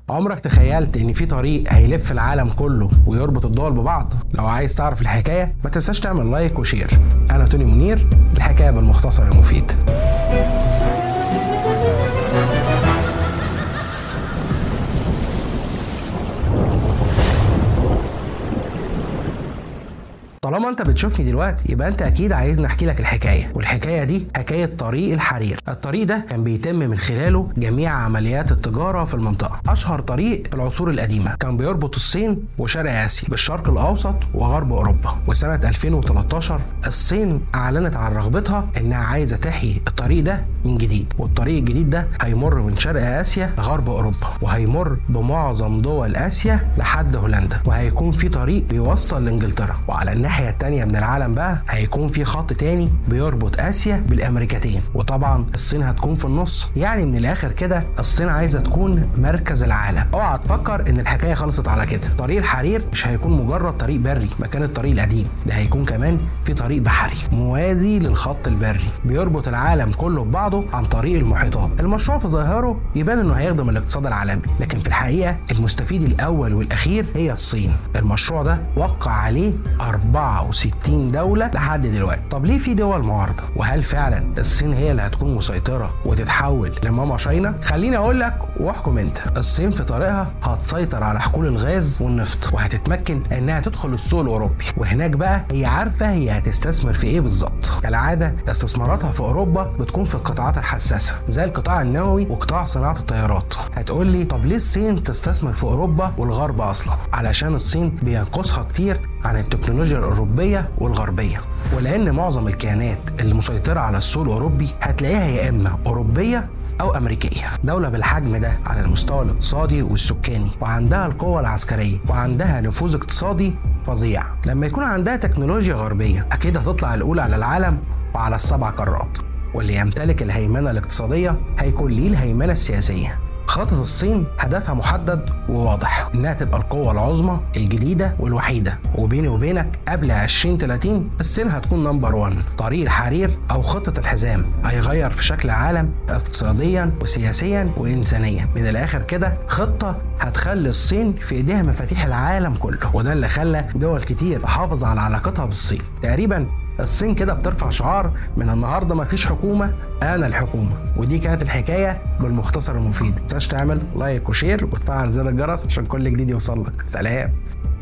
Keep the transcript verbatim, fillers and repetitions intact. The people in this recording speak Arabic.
عمرك تخيلت ان في طريق هيلف العالم كله ويربط الدول ببعض؟ لو عايز تعرف الحكايه ما تنساش تعمل لايك وشير. انا توني منير، الحكايه بالمختصر المفيد. طالما انت بتشوفني دلوقتي يبقى انت اكيد عايزني احكي لك الحكايه، والحكايه دي حكايه طريق الحرير. الطريق ده كان بيتم من خلاله جميع عمليات التجاره في المنطقه. اشهر طريق في العصور القديمه كان بيربط الصين وشرق اسيا بالشرق الاوسط وغرب اوروبا. وسنه ألفين وتلتاشر الصين اعلنت عن رغبتها انها عايزه تحيي الطريق ده من جديد، والطريق الجديد ده هيمر من شرق اسيا لغرب اوروبا، وهيمر بمعظم دول اسيا لحد هولندا، وهيكون في طريق بيوصل لانجلترا. وعلى الناحيه الناحية التانية من العالم بقى هيكون في خط تاني بيربط آسيا بالأمريكتين، وطبعا الصين هتكون في النص. يعني من الآخر كده الصين عايزة تكون مركز العالم. اوعى تفكر إن الحكاية خلصت على كده. طريق الحرير مش هيكون مجرد طريق بري مكان الطريق القديم، ده هيكون كمان في طريق بحري موازي للخط البري بيربط العالم كله ببعضه عن طريق المحيطات. المشروع في ظاهره يبان إنه هيخدم الاقتصاد العالمي، لكن في الحقيقة المستفيد الأول والأخير هي الصين. المشروع ده وقع عليه أربعة وستين دولة لحد دلوقتي. طب ليه في دول معارضة؟ وهل فعلا الصين هي اللي هتكون مسيطرة وتتحول لماما شاينا؟ خليني اقول لك واحكم انت. الصين في طريقها هتسيطر على حقول الغاز والنفط، وهتتمكن انها تدخل السوق الاوروبي، وهناك بقى هي عارفة هي هتستثمر في ايه بالظبط. كالعادة استثماراتها في اوروبا بتكون في القطاعات الحساسة زي القطاع النووي وقطاع صناعة الطيارات. هتقول لي طب ليه الصين تستثمر في اوروبا والغرب اصلا؟ علشان الصين بينقصها كتير عن التكنولوجيا الأوروبية والغربية، ولأن معظم الكيانات اللي مسيطرة على السوق الأوروبي هتلاقيها يا إما أوروبية أو أمريكية. دولة بالحجم ده على المستوى الاقتصادي والسكاني، وعندها القوة العسكرية، وعندها نفوذ اقتصادي فظيع. لما يكون عندها تكنولوجيا غربية أكيد هتطلع الأولى على العالم وعلى السبع قارات، واللي يمتلك الهيمنة الاقتصادية هيكون ليه الهيمنة السياسية. خطة الصين هدفها محدد وواضح، انها تبقى القوة العظمى الجديدة والوحيدة. وبيني وبينك قبل عشرين تلاتين الصين هتكون نمبر وان. طريق الحرير او خطة الحزام هيغير في شكل العالم اقتصاديا وسياسيا وانسانيا. من الاخر كده خطة هتخلي الصين في ايديها مفاتيح العالم كله، وده اللي خلى دول كتير تحافظ على علاقتها بالصين. تقريبا الصين كده بترفع شعار من النهارده مفيش حكومه، انا الحكومه. ودي كانت الحكايه بالمختصر المفيد. متنساش تعمل لايك وشير وتفعل زر الجرس عشان كل جديد يوصل لك. سلام.